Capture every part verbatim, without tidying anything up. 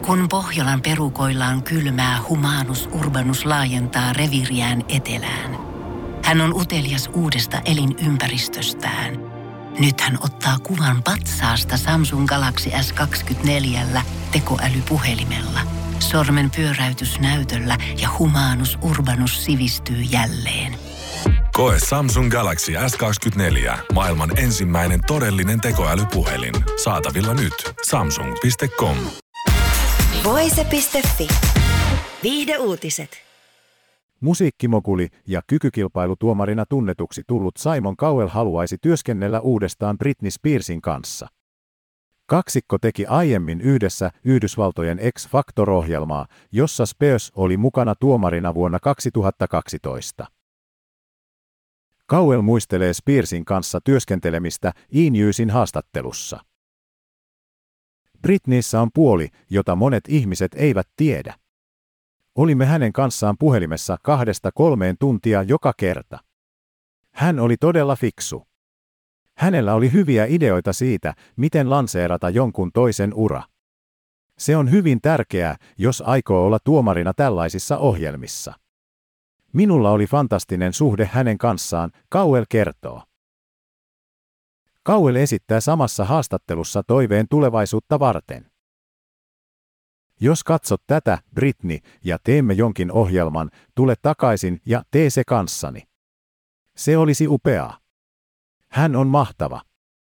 Kun Pohjolan perukoillaan kylmää, Humanus Urbanus laajentaa reviiriään etelään. Hän on utelias uudesta elinympäristöstään. Nyt hän ottaa kuvan patsaasta Samsung Galaxy S kaksikymmentäneljä tekoälypuhelimella. Sormen pyöräytys näytöllä ja Humanus Urbanus sivistyy jälleen. Koe Samsung Galaxy S kaksikymmentäneljä, maailman ensimmäinen todellinen tekoälypuhelin. Saatavilla nyt. samsung piste com. Voise piste fi. Viihdeuutiset. Musiikkimoguli ja kykykilpailutuomarina tunnetuksi tullut Simon Cowell haluaisi työskennellä uudestaan Britney Spearsin kanssa. Kaksikko teki aiemmin yhdessä Yhdysvaltojen X Factor-ohjelmaa, jossa Spears oli mukana tuomarina vuonna kaksituhattakaksitoista. Cowell muistelee Spearsin kanssa työskentelemistä E-Newsin haastattelussa. Britneyssä on puoli, jota monet ihmiset eivät tiedä. Olimme hänen kanssaan puhelimessa kahdesta kolmeen tuntia joka kerta. Hän oli todella fiksu. Hänellä oli hyviä ideoita siitä, miten lanseerata jonkun toisen ura. Se on hyvin tärkeää, jos aikoo olla tuomarina tällaisissa ohjelmissa. Minulla oli fantastinen suhde hänen kanssaan, Cowell kertoo. Cowell esittää samassa haastattelussa toiveen tulevaisuutta varten. Jos katsot tätä, Britney, ja teemme jonkin ohjelman, tule takaisin ja tee se kanssani. Se olisi upeaa. Hän on mahtava.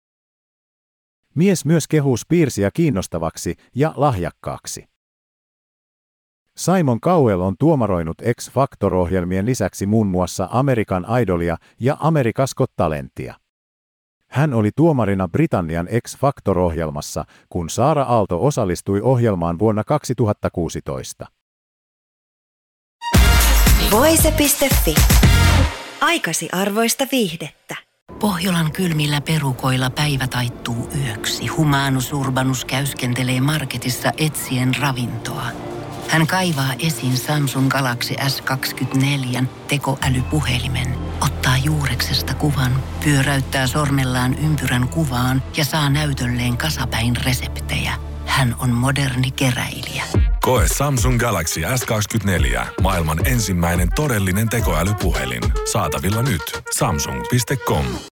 Mies myös kehuu Spearsia kiinnostavaksi ja lahjakkaaksi. Simon Cowell on tuomaroinut X Factor-ohjelmien lisäksi muun muassa American Idolia ja America's Got Talentia. Hän oli tuomarina Britannian X Factor-ohjelmassa, kun Saara Aalto osallistui ohjelmaan vuonna kaksituhattakuusitoista. Voise piste fi. Aikasi arvoista viihdettä. Pohjolan kylmillä perukoilla päivä taittuu yöksi. Humanus Urbanus käyskentelee marketissa etsien ravintoa. Hän kaivaa esiin Samsung Galaxy S kaksikymmentäneljä tekoälypuhelimen, ottaa juureksesta kuvan, pyöräyttää sormellaan ympyrän kuvaan ja saa näytölleen kasapäin reseptejä. Hän on moderni keräilijä. Koe Samsung Galaxy S kaksikymmentäneljä, maailman ensimmäinen todellinen tekoälypuhelin. Saatavilla nyt. samsung piste com.